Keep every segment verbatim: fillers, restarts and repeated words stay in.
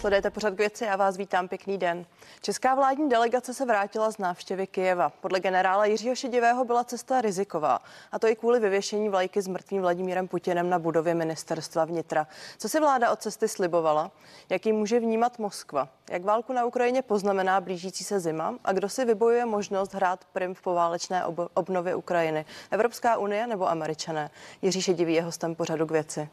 Sledujete pořad K věci, já vás vítám, pěkný den. Česká vládní delegace se vrátila z návštěvy Kyjeva. Podle generála Jiřího Šedivého byla cesta riziková, a to i kvůli vyvěšení vlajky s mrtvým Vladimírem Putinem na budově ministerstva vnitra. Co si vláda od cesty slibovala? Jak ji může vnímat Moskva? Jak válku na Ukrajině poznamená blížící se zima? A kdo si vybojuje možnost hrát prim v poválečné ob- obnově Ukrajiny? Evropská unie nebo Američané? Jiří Šedivý je hostem pořadu K věci.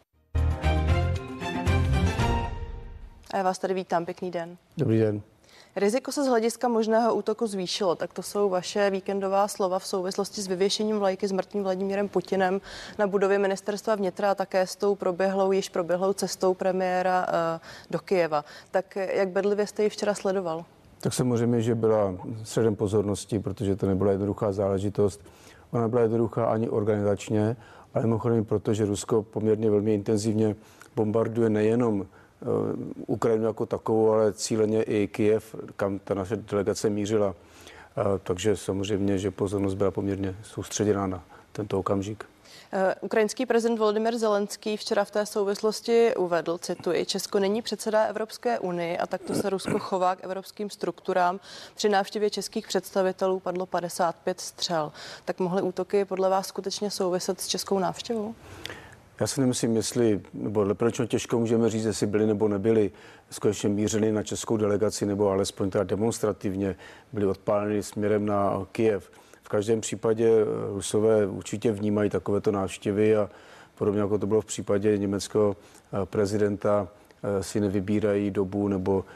A já vás tady vítám, pěkný den. Dobrý den. Riziko se z hlediska možného útoku zvýšilo, tak to jsou vaše víkendová slova v souvislosti s vyvěšením vlajky s mrtvým Vladimírem Putinem na budově ministerstva vnitra a také s tou proběhlou, již proběhlou cestou premiéra uh, do Kyjeva. Tak jak bedlivě jste ji včera sledoval? Tak samozřejmě, že byla středem pozornosti, protože to nebyla jednoduchá záležitost. Ona byla jednoduchá ani organizačně, ale mimochodem proto, že Rusko poměrně velmi intenzivně bombarduje nejenom Ukrajinu jako takovou, ale cíleně i Kyjev, kam ta naše delegace mířila. Takže samozřejmě, že pozornost byla poměrně soustředěná na tento okamžik. Ukrajinský prezident Volodymyr Zelenský včera v té souvislosti uvedl, cituji, Česko není předseda Evropské unie a takto se Rusko chová k evropským strukturám. Při návštěvě českých představitelů padlo padesát pět střel. Tak mohly útoky podle vás skutečně souviset s českou návštěvou? Já si nemyslím, jestli, nebo proč těžko můžeme říct, jestli byli nebo nebyli skutečně mířili na českou delegaci, nebo alespoň teda demonstrativně byli odpáleni směrem na Kyjev. V každém případě Rusové určitě vnímají takovéto návštěvy a podobně jako to bylo v případě německého prezidenta, si nevybírají dobu nebo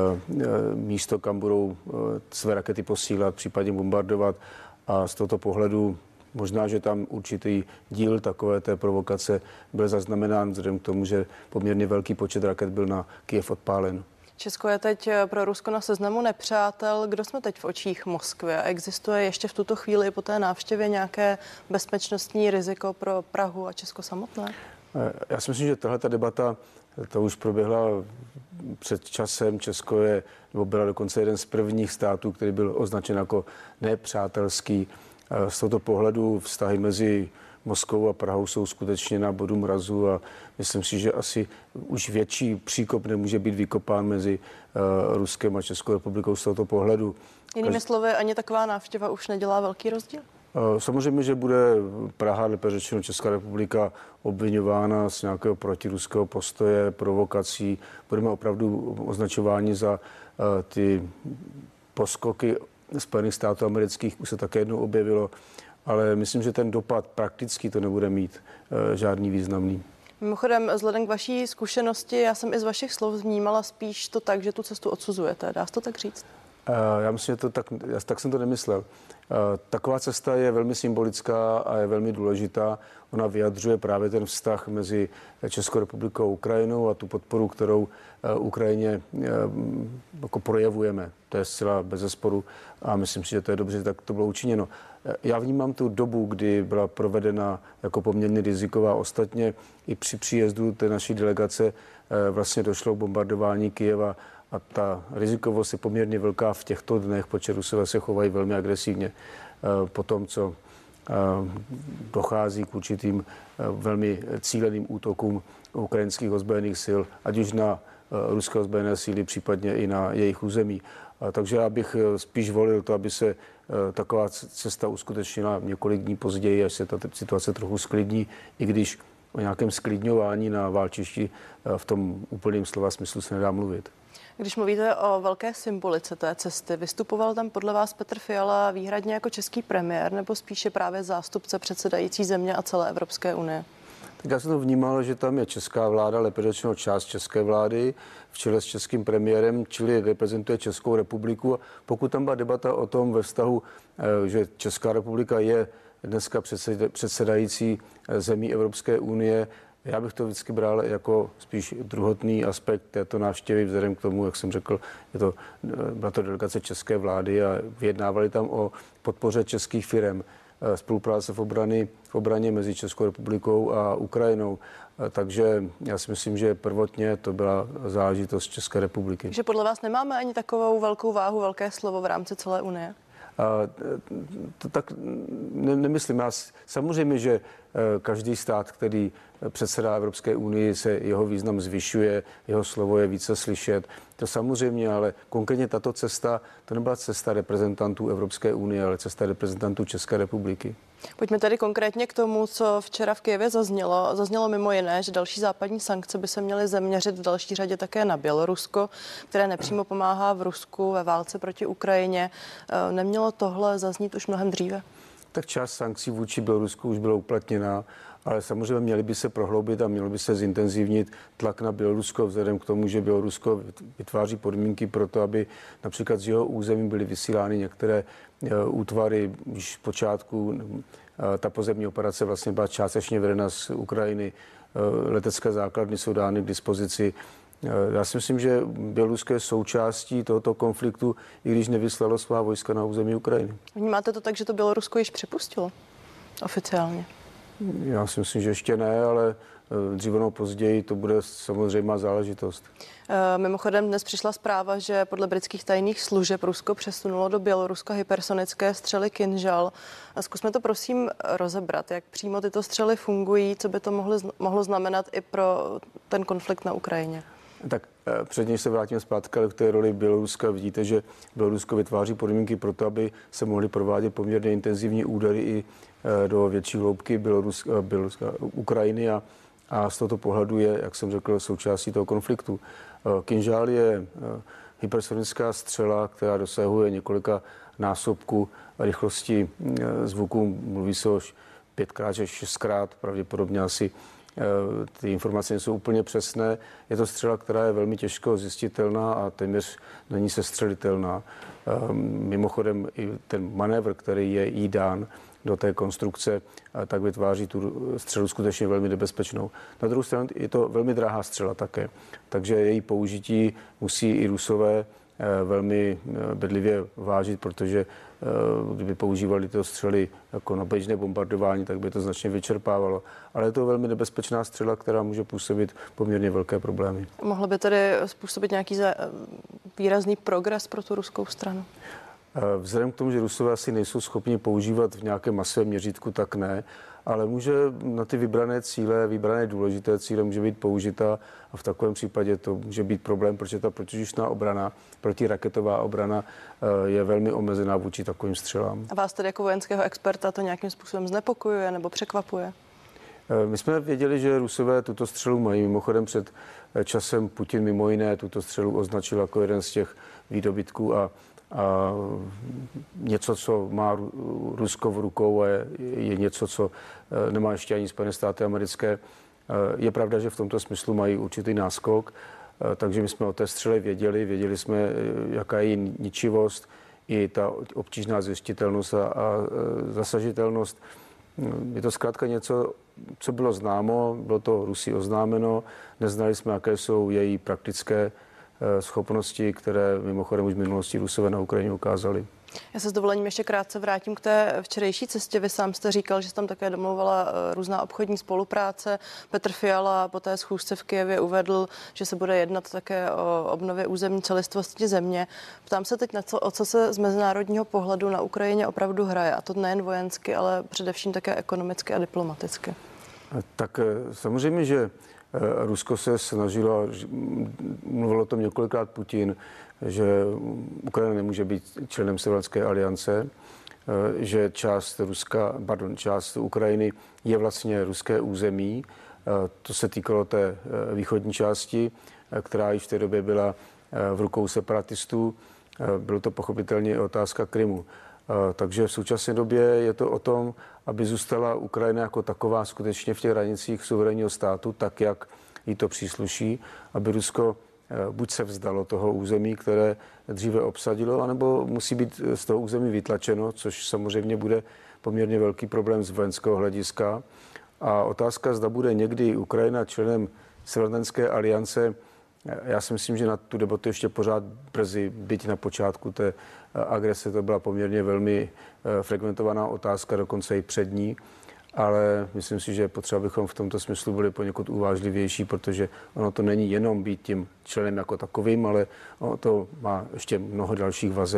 místo, kam budou své rakety posílat, případně bombardovat. A z tohoto pohledu možná, že tam určitý díl takové té provokace byl zaznamenán vzhledem k tomu, že poměrně velký počet raket byl na Kyjev odpálen. Česko je teď pro Rusko na seznamu nepřátel. Kdo jsme teď v očích Moskvy? A existuje ještě v tuto chvíli po té návštěvě nějaké bezpečnostní riziko pro Prahu a Česko samotné? Já si myslím, že tahle ta debata, to už proběhla před časem. Česko je, nebo byla dokonce jeden z prvních států, který byl označen jako nepřátelský. Z tohoto pohledu vztahy mezi Moskvou a Prahou jsou skutečně na bodu mrazu a myslím si, že asi už větší příkop nemůže být vykopán mezi uh, Ruskem a Českou republikou z tohoto pohledu. Jinými Kaž... slovy, ani taková návštěva už nedělá velký rozdíl? Uh, samozřejmě, že bude Praha, lépe řečeno Česká republika, obviňována z nějakého protiruského postoje, provokací. Budeme opravdu označováni za uh, ty poskoky Spojených států amerických, už se také jednou objevilo, ale myslím, že ten dopad prakticky to nebude mít e, žádný významný. Mimochodem, vzhledem k vaší zkušenosti, já jsem i z vašich slov vnímala spíš to tak, že tu cestu odsuzujete. Dá se to tak říct? E, já myslím, že to tak, já, tak jsem to nemyslel. E, taková cesta je velmi symbolická a je velmi důležitá. Ona vyjadřuje právě ten vztah mezi Českou republikou a Ukrajinou a tu podporu, kterou Ukrajině e, jako projevujeme. To je zcela bezesporu a myslím si, že to je dobře, že tak to bylo učiněno. Já vnímám tu dobu, kdy byla provedena jako poměrně riziková. Ostatně i při příjezdu té naší delegace vlastně došlo k bombardování Kyjeva a ta rizikovost je poměrně velká v těchto dnech, protože Rusové se chovají velmi agresivně. Po tom, co dochází k určitým velmi cíleným útokům ukrajinských ozbrojených sil, ať už na ruské ozbrojené síly, případně i na jejich území. Takže já bych spíš volil to, aby se taková cesta uskutečnila několik dní později, až se ta situace trochu sklidní, i když o nějakém sklidňování na válčišti v tom úplném slova smyslu se nedá mluvit. Když mluvíte o velké symbolice té cesty, vystupoval tam podle vás Petr Fiala výhradně jako český premiér nebo spíše právě zástupce předsedající země a celé Evropské unie? Tak já jsem to vnímal, že tam je česká vláda, lépe řečeno část české vlády v čele s českým premiérem, čili reprezentuje Českou republiku. A pokud tam byla debata o tom ve vztahu, že Česká republika je dneska předsedající zemí Evropské unie, já bych to vždycky bral jako spíš druhotný aspekt této návštěvy, vzhledem k tomu, jak jsem řekl, je to, byla to delegace české vlády a vyjednávali tam o podpoře českých firem, spolupráce v, obrany, v obraně mezi Českou republikou a Ukrajinou. Takže já si myslím, že prvotně to byla záležitost České republiky. Takže podle vás nemáme ani takovou velkou váhu, velké slovo v rámci celé unie? To tak ne, nemyslím. Já samozřejmě, že každý stát, který předsedá Evropské unii, se jeho význam zvyšuje, jeho slovo je více slyšet. To samozřejmě, ale konkrétně tato cesta, to nebyla cesta reprezentantů Evropské unie, ale cesta reprezentantů České republiky. Pojďme tedy konkrétně k tomu, co včera v Kyjevě zaznělo. Zaznělo mimo jiné, že další západní sankce by se měly zaměřit v další řadě také na Bělorusko, které nepřímo pomáhá v Rusku ve válce proti Ukrajině. Nemělo tohle zaznít už mnohem dříve? Tak část sankcí vůči Bělorusku už byla uplatněna, ale samozřejmě měly by se prohloubit a mělo by se zintenzivnit tlak na Bělorusko vzhledem k tomu, že Bělorusko vytváří podmínky pro to, aby například z jeho území byly vysílány některé útvary. Již v počátku ta pozemní operace vlastně byla částečně vedena z Ukrajiny. Letecké základny jsou dány k dispozici. Já si myslím, že Bělorusko je součástí tohoto konfliktu, i když nevyslalo svá vojska na území Ukrajiny. Vnímáte to tak, že to Bělorusko již připustilo oficiálně? Já si myslím, že ještě ne, ale dříve nebo později to bude samozřejmá záležitost. Mimochodem dnes přišla zpráva, že podle britských tajných služeb Rusko přesunulo do Běloruska hypersonické střely Kinžal. Zkusme to prosím rozebrat, jak přímo tyto střely fungují, co by to mohlo, mohlo znamenat i pro ten konflikt na Ukrajině. Tak předně se vrátíme zpátky k té roli Běloruska. Vidíte, že Bělorusko vytváří podmínky pro to, aby se mohly provádět poměrně intenzivní údery i do větší hloubky Běloruska, Běloruska, Ukrajiny a, a z tohoto pohledu je, jak jsem řekl, součástí toho konfliktu. Kinžál je hypersonická střela, která dosahuje několika násobků rychlosti zvuku. Mluví se o pětkrát až šestkrát, pravděpodobně asi ty informace nejsou úplně přesné. Je to střela, která je velmi těžko zjistitelná a téměř není sestřelitelná. Mimochodem i ten manévr, který je jí dán do té konstrukce, tak vytváří tu střelu skutečně velmi nebezpečnou. Na druhou stranu je to velmi drahá střela také, takže její použití musí i Rusové velmi bedlivě vážit, protože kdyby používali tyto střely jako na běžné bombardování, tak by to značně vyčerpávalo. Ale je to velmi nebezpečná střela, která může působit poměrně velké problémy. Mohlo by tedy způsobit nějaký výrazný progres pro tu ruskou stranu? Vzhledem k tomu, že Rusové asi nejsou schopni používat v nějakém masovém měřítku, tak ne, ale může na ty vybrané cíle, vybrané důležité cíle může být použita a v takovém případě to může být problém, protože ta protižíšná obrana, protiraketová obrana je velmi omezená vůči takovým střelám. A vás tedy jako vojenského experta to nějakým způsobem znepokojuje nebo překvapuje? My jsme věděli, že Rusové tuto střelu mají. Mimochodem před časem Putin mimo jiné tuto střelu označil jako jeden z těch výdobytků a A něco, co má Rusko v rukou, je, je něco, co nemá ještě ani Spojené státy americké. Je pravda, že v tomto smyslu mají určitý náskok, takže my jsme o té střele věděli, věděli jsme, jaká je její ničivost, i ta obtížná zjistitelnost a, a zasažitelnost. Je to zkrátka něco, co bylo známo, bylo to Rusy oznámeno, neznali jsme, jaké jsou její praktické schopnosti, které mimochodem už v minulosti Rusové na Ukrajině ukázali. Já se s dovolením ještě krátce vrátím k té včerejší cestě. Vy sám jste říkal, že se tam také domlouvala různá obchodní spolupráce. Petr Fiala po té schůzce v Kyjevě uvedl, že se bude jednat také o obnově územní celistvosti země. Ptám se teď, na co, o co se z mezinárodního pohledu na Ukrajině opravdu hraje, a to nejen vojensky, ale především také ekonomicky a diplomaticky. Tak samozřejmě, že Rusko se snažilo, mluvil o tom několikrát Putin, že Ukrajina nemůže být členem Severoatlantické aliance, že část Ruska, pardon, část Ukrajiny je vlastně ruské území. To se týkalo té východní části, která již v té době byla v rukou separatistů. Bylo to pochopitelně otázka Krymu. Takže v současné době je to o tom, aby zůstala Ukrajina jako taková skutečně v těch hranicích suverénního státu, tak jak jí to přísluší, aby Rusko buď se vzdalo toho území, které dříve obsadilo, anebo musí být z toho území vytlačeno, což samozřejmě bude poměrně velký problém z vojenského hlediska. A otázka, zda bude někdy Ukrajina členem Severoatlantické aliance, já si myslím, že na tu debatu ještě pořád brzy, byť na počátku té agrese, to byla poměrně velmi frekventovaná otázka, dokonce i před ní, ale myslím si, že je potřeba, abychom v tomto smyslu byli poněkud uvážlivější, protože ono to není jenom být tím členem jako takovým, ale ono to má ještě mnoho dalších vazeb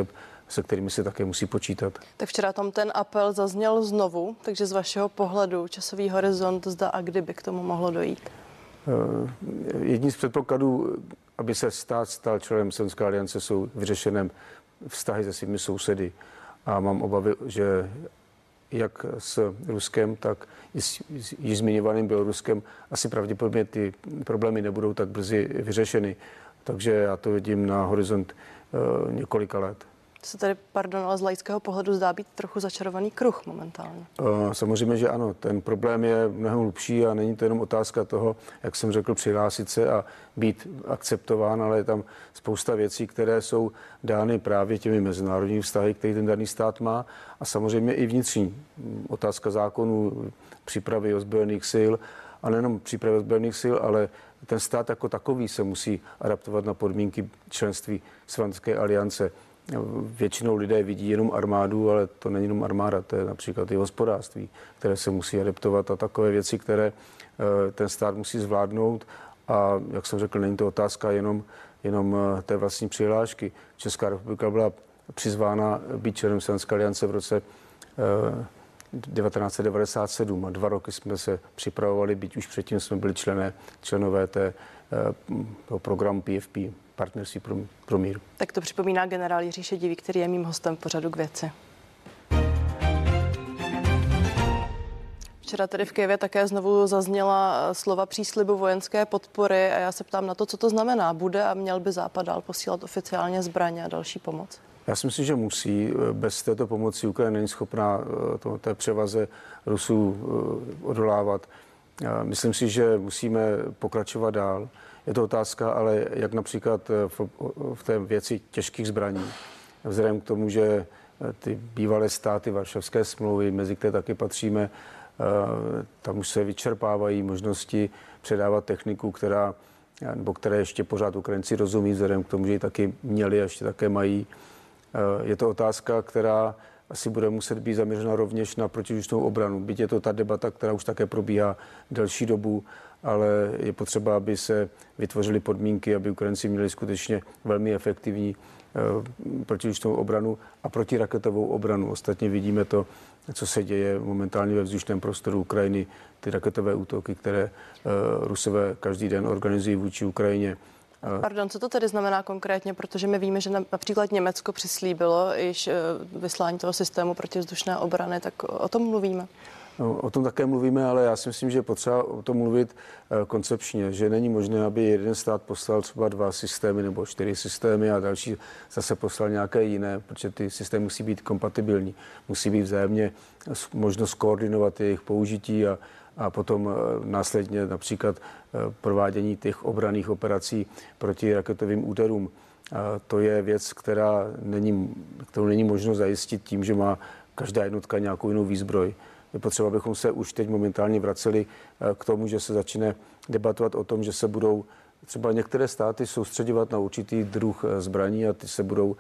se kterými se také musí počítat. Tak včera tam ten apel zazněl znovu, takže z vašeho pohledu časový horizont, zda a kdyby k tomu mohlo dojít? Jedním z předpokladů, aby se stát stal členem Severské aliance, jsou vyřešené vztahy se svými sousedy. A mám obavy, že jak s Ruskem, tak i s již zmiňovaným Běloruskem asi pravděpodobně ty problémy nebudou tak brzy vyřešeny. Takže já to vidím na horizont uh, několika let. To se tady, pardon, ale z laického pohledu zdá být trochu začarovaný kruh momentálně. Uh, samozřejmě, že ano. Ten problém je mnohem hlubší a není to jenom otázka toho, jak jsem řekl, přihlásit se a být akceptován, ale je tam spousta věcí, které jsou dány právě těmi mezinárodními vztahy, které ten daný stát má, a samozřejmě i vnitřní. Otázka zákonů, přípravy ozbrojených sil, a nejenom přípravy ozbrojených sil, ale ten stát jako takový se musí adaptovat na podmínky členství Severské aliance. Většinou lidé vidí jenom armádu, ale to není jenom armáda, to je například i hospodářství, které se musí adaptovat, a takové věci, které ten stát musí zvládnout. A jak jsem řekl, není to otázka jenom, jenom té vlastní přihlášky. Česká republika byla přizvána být členem Severské aliance v roce devatenáct set devadesát sedm a dva roky jsme se připravovali, byť už předtím jsme byli člené, členové té, toho programu P F P, Partnerství pro, pro mír. Tak to připomíná generál Jiří Šedivý, který je mým hostem v pořadu K věci. Včera tedy v Kyjevě také znovu zazněla slova příslibu vojenské podpory a já se ptám na to, co to znamená. Bude a měl by Západ dál posílat oficiálně zbraně a další pomoc? Já si myslím, že musí. Bez této pomoci Ukrajina není schopná to, té převaze Rusů odolávat. Myslím si, že musíme pokračovat dál. Je to otázka, ale jak například v, v té věci těžkých zbraní. Vzhledem k tomu, že ty bývalé státy Varšavské smlouvy, mezi které taky patříme, tam už se vyčerpávají možnosti předávat techniku, která, nebo které ještě pořád Ukrajinci rozumí, vzhledem k tomu, že ji taky měli a ještě také mají. Je to otázka, která asi bude muset být zaměřena rovněž na protivzdušnou obranu. Byť je to ta debata, která už také probíhá delší dobu, ale je potřeba, aby se vytvořily podmínky, aby Ukrajinci měli skutečně velmi efektivní protivzdušnou obranu a protiraketovou obranu. Ostatně vidíme to, co se děje momentálně ve vzdušném prostoru Ukrajiny, ty raketové útoky, které Rusové každý den organizují vůči Ukrajině. Pardon, co to tedy znamená konkrétně, protože my víme, že například Německo přislíbilo již vyslání toho systému protivzdušné obrany, tak o tom mluvíme. No, o tom také mluvíme, ale já si myslím, že je potřeba o tom mluvit koncepčně, že není možné, aby jeden stát poslal třeba dva systémy nebo čtyři systémy a další zase poslal nějaké jiné, protože ty systémy musí být kompatibilní, musí být vzájemně možnost koordinovat jejich použití a a potom následně například provádění těch obranných operací proti raketovým úderům. To je věc, která není, kterou není možno zajistit tím, že má každá jednotka nějakou jinou výzbroj. Je potřeba, abychom se už teď momentálně vraceli k tomu, že se začne debatovat o tom, že se budou třeba některé státy soustředovat na určitý druh zbraní a ty se budou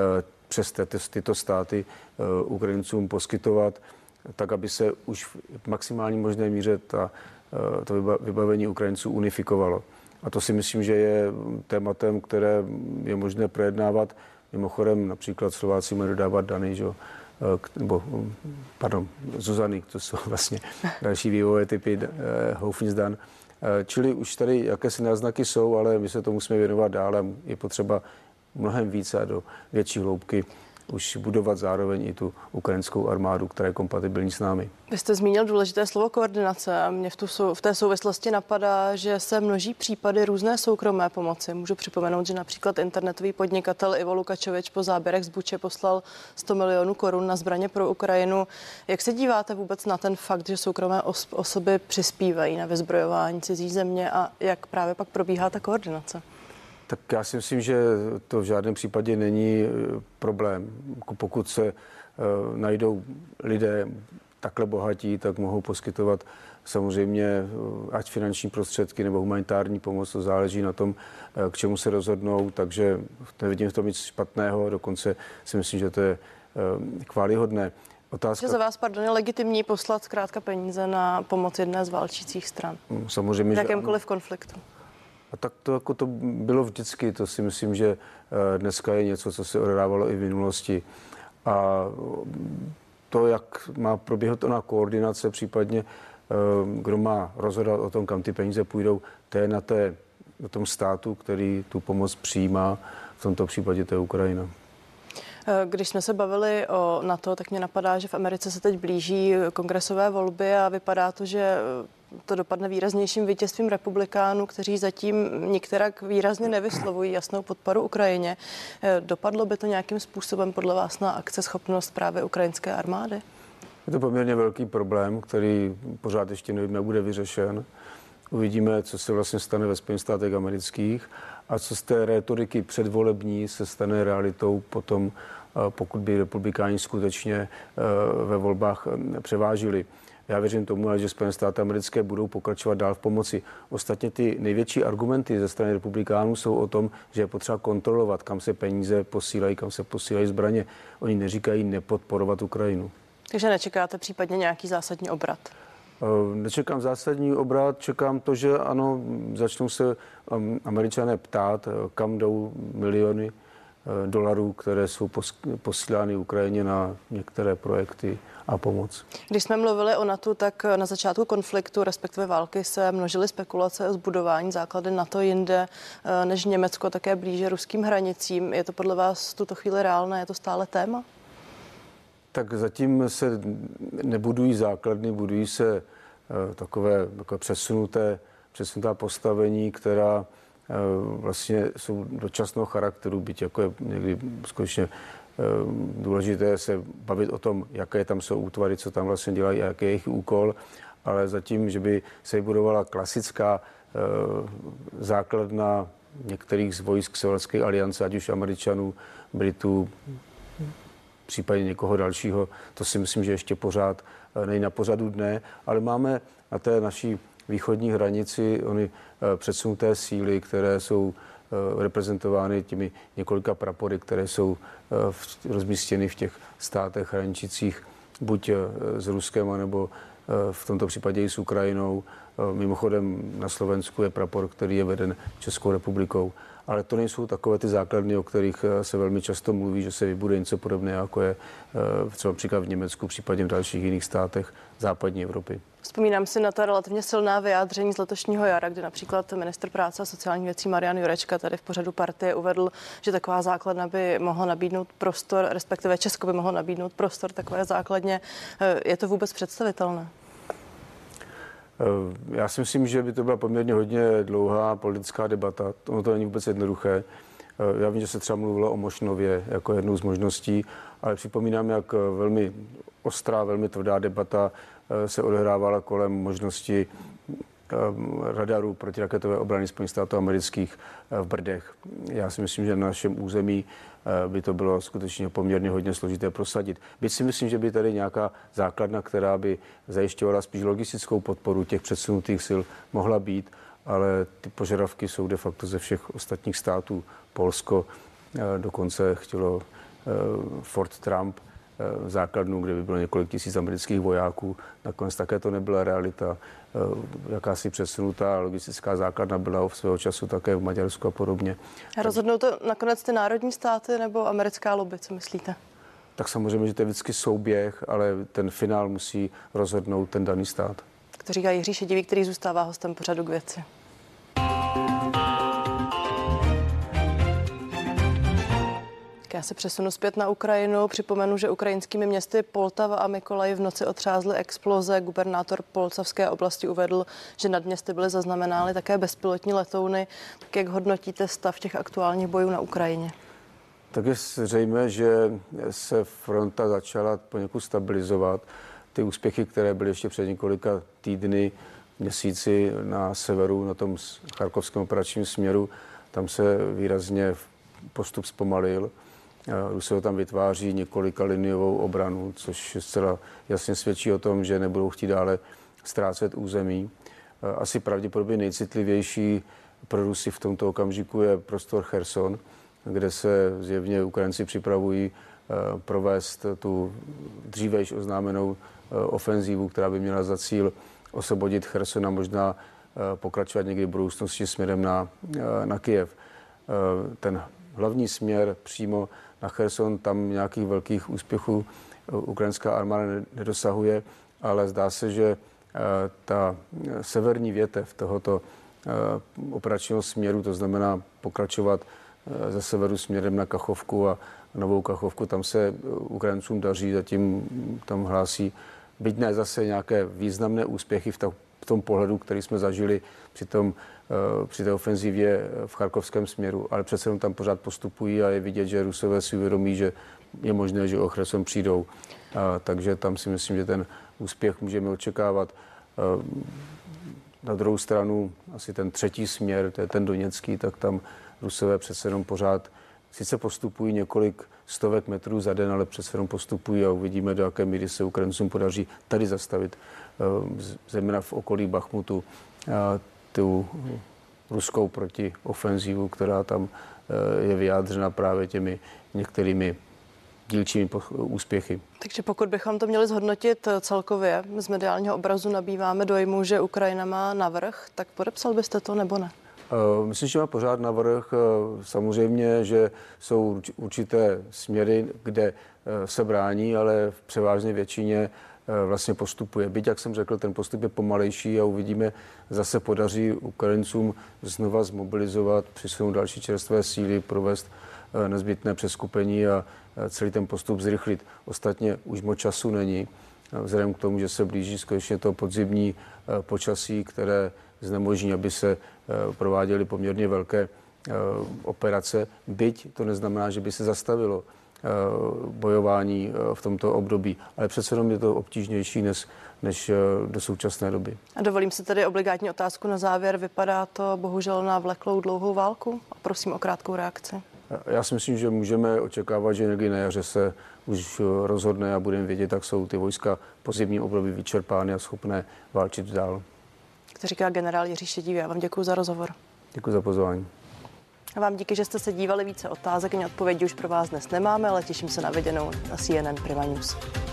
přes tyto státy Ukrajincům poskytovat, tak, aby se už v maximální možné míře ta, to vybavení Ukrajinců unifikovalo. A to si myslím, že je tématem, které je možné projednávat. Mimochodem například Slováci mají dodávat Dany, že? Nebo, pardon, Zuzany, to jsou vlastně další vývojové typy Houfnitzdan. Čili už tady jakési náznaky jsou, ale my se to musíme věnovat dále. Je potřeba mnohem více a do větší hloubky už budovat zároveň i tu ukrajinskou armádu, která je kompatibilní s námi. Vy jste zmínil důležité slovo koordinace a mě v, tu, v té souvislosti napadá, že se množí případy různé soukromé pomoci. Můžu připomenout, že například internetový podnikatel Ivo Lukačovič po záběrech z Buče poslal sto milionů korun na zbraně pro Ukrajinu. Jak se díváte vůbec na ten fakt, že soukromé os- osoby přispívají na vyzbrojování cizí země a jak právě pak probíhá ta koordinace? Tak já si myslím, že to v žádném případě není problém. Pokud se uh, najdou lidé takhle bohatí, tak mohou poskytovat samozřejmě uh, ať finanční prostředky nebo humanitární pomoc. To záleží na tom, uh, k čemu se rozhodnou, takže nevidím v tom nic špatného, dokonce si myslím, že to je uh, chvályhodné. Otázka... Že za vás, pardon, je legitimní poslat zkrátka peníze na pomoc jedné z válčících stran? Samozřejmě, v jakémkoliv konfliktu. A tak to, jako to bylo vždycky, to si myslím, že dneska je něco, co se odehrávalo i v minulosti. A to, jak má proběhnout ona koordinace, případně kdo má rozhodovat o tom, kam ty peníze půjdou, to je na, té, na tom státu, který tu pomoc přijímá, v tomto případě to je Ukrajina. Když jsme se bavili o NATO, tak mě napadá, že v Americe se teď blíží kongresové volby a vypadá to, že to dopadne výraznějším vítězstvím republikánů, kteří zatím nikterak výrazně nevyslovují jasnou podporu Ukrajině. Dopadlo by to nějakým způsobem podle vás na akceschopnost právě ukrajinské armády? Je to poměrně velký problém, který pořád ještě nevím, jak bude vyřešen. Uvidíme, co se vlastně stane ve Spojených státech amerických a co z té rétoriky předvolební se stane realitou potom, pokud by republikáni skutečně ve volbách převážili. Já věřím tomu, že Spojené státy americké budou pokračovat dál v pomoci. Ostatně ty největší argumenty ze strany republikánů jsou o tom, že je potřeba kontrolovat, kam se peníze posílají, kam se posílají zbraně. Oni neříkají nepodporovat Ukrajinu. Takže nečekáte případně nějaký zásadní obrat? Nečekám zásadní obrat, čekám to, že ano, začnou se Američané ptát, kam jdou miliony dolarů, které jsou posílány Ukrajině na některé projekty a pomoc. Když jsme mluvili o NATO, tak na začátku konfliktu, respektive války, se množily spekulace o zbudování základy NATO jinde než Německo, také blíže ruským hranicím. Je to podle vás v tuto chvíli reálné? Je to stále téma? Tak zatím se nebudují základny, budují se takové, takové přesunuté, přesunutá postavení, která vlastně jsou dočasného charakteru, byť jako je někdy skutečně důležité se bavit o tom, jaké tam jsou útvary, co tam vlastně dělají a jaký je jejich úkol, ale zatím, že by se budovala klasická základna některých z vojsk Severské aliance, ať už Američanů, Britů, případně někoho dalšího, to si myslím, že ještě pořád není na pořadu dne, ale máme na té naší východní hranici ony předsunuté síly, které jsou reprezentovány těmi několika prapory, které jsou rozmístěny v těch státech hraničících buď s Ruskem, nebo v tomto případě i s Ukrajinou. Mimochodem na Slovensku je prapor, který je veden Českou republikou. Ale to nejsou takové ty základny, o kterých se velmi často mluví, že se vybude něco podobné, jako je třeba příklad v Německu, případně v dalších jiných státech západní Evropy. Vzpomínám si na ta relativně silná vyjádření z letošního jara, kdy například ministr práce a sociálních věcí Marian Jurečka tady v pořadu Partie uvedl, že taková základna by mohla nabídnout prostor, respektive Česko by mohlo nabídnout prostor takové základně. Je to vůbec představitelné? Já si myslím, že by to byla poměrně hodně dlouhá politická debata. Ono to není vůbec jednoduché. Já vím, že se třeba mluvilo o Mošnově jako jednou z možností, ale připomínám, jak velmi ostrá, velmi tvrdá debata se odehrávala kolem možnosti radaru protiraketové obrany Spojených států amerických v Brdech. Já si myslím, že na našem území by to bylo skutečně poměrně hodně složité prosadit. Byť si myslím, že by tady nějaká základna, která by zajišťovala spíš logistickou podporu těch předsunutých sil, mohla být, ale ty požadavky jsou de facto ze všech ostatních států. Polsko dokonce chtělo Fort Trump základnu, kde by bylo několik tisíc amerických vojáků. Nakonec také to nebyla realita. Jakási přesunutá logistická základna byla v svého času také v Maďarsku a podobně. A rozhodnou to nakonec ty národní státy nebo americká lobby, co myslíte? Tak samozřejmě, že to je vždycky souběh, ale ten finál musí rozhodnout ten daný stát. To říká Jiří Šedivý, který zůstává hostem pořadu K věci. Já se přesunu zpět na Ukrajinu. Připomenu, že ukrajinskými městy Poltava a Mykolaiv v noci otřázly exploze. Gubernátor Polcavské oblasti uvedl, že nad městy byly zaznamenány také bezpilotní letouny. Tak jak hodnotíte stav těch aktuálních bojů na Ukrajině? Tak je zřejmé, že se fronta začala poněkud stabilizovat. Ty úspěchy, které byly ještě před několika týdny, měsíci na severu, na tom charkovském operačním směru, tam se výrazně postup zpomalil. Rusové tam vytváří několika liniovou obranu, což zcela jasně svědčí o tom, že nebudou chtít dále ztrácet území. Asi pravděpodobně nejcitlivější pro Rusy v tomto okamžiku je prostor Cherson, kde se zjevně Ukrajinci připravují provést tu dříve již oznámenou ofenzívu, která by měla za cíl osvobodit Cherson a možná pokračovat někdy v budoucnosti směrem na, na Kyjev. Ten hlavní směr přímo na Cherson, tam nějakých velkých úspěchů ukrajinská armáda nedosahuje, ale zdá se, že ta severní větev tohoto operačního směru, to znamená pokračovat ze severu směrem na Kachovku a Novou Kachovku, tam se Ukrajincům daří, zatím tam hlásí, byť ne zase nějaké významné úspěchy v, to, v tom pohledu, který jsme zažili při, tom, při té ofenzivě v charkovském směru, ale přece jenom tam pořád postupují a je vidět, že Rusové si uvědomí, že je možné, že o Cherson přijdou. A, takže tam si myslím, že ten úspěch můžeme očekávat. A, na druhou stranu asi ten třetí směr, to je ten doněcký, tak tam Rusové přece jenom pořád sice postupují několik stovek metrů za den, ale přece jenom postupují a uvidíme, do jaké míry se Ukrajincům podaří tady zastavit, zejména v okolí Bachmutu, tu ruskou protiofenzivu, která tam je vyjádřena právě těmi některými dílčími úspěchy. Takže pokud bychom to měli zhodnotit celkově, z mediálního obrazu nabýváme dojmu, že Ukrajina má navrch, tak podepsal byste to nebo ne? Myslím, že má pořád navrch. Samozřejmě, že jsou určité směry, kde se brání, ale v převážné většině vlastně postupuje. Byť, jak jsem řekl, ten postup je pomalejší a uvidíme, zase podaří Ukrajincům znova zmobilizovat, přisunout další čerstvé síly, provést nezbytné přeskupení a celý ten postup zrychlit. Ostatně už moc času není, vzhledem k tomu, že se blíží skutečně to podzimní počasí, které znemožní, aby se prováděly poměrně velké operace. Byť to neznamená, že by se zastavilo bojování v tomto období, ale přece jenom je to obtížnější než, než do současné doby. A dovolím si tedy obligátní otázku na závěr. Vypadá to bohužel na vleklou dlouhou válku? A prosím o krátkou reakci. Já si myslím, že můžeme očekávat, že někdy na jaře se už rozhodne a budeme vědět, jak jsou ty vojska po zimním období vyčerpány a schopné válčit dál. To říká generál Jiří Šedivý. Já vám děkuji za rozhovor. Děkuji za pozvání. A vám díky, že jste se dívali. Více otázek a odpovědi už pro vás dnes nemáme, ale těším se na viděnou na C N N Prima News.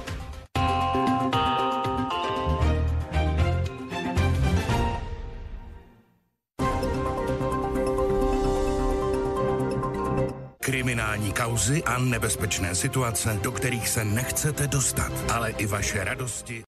Kriminální kauzy a nebezpečné situace, do kterých se nechcete dostat, ale i vaše radosti.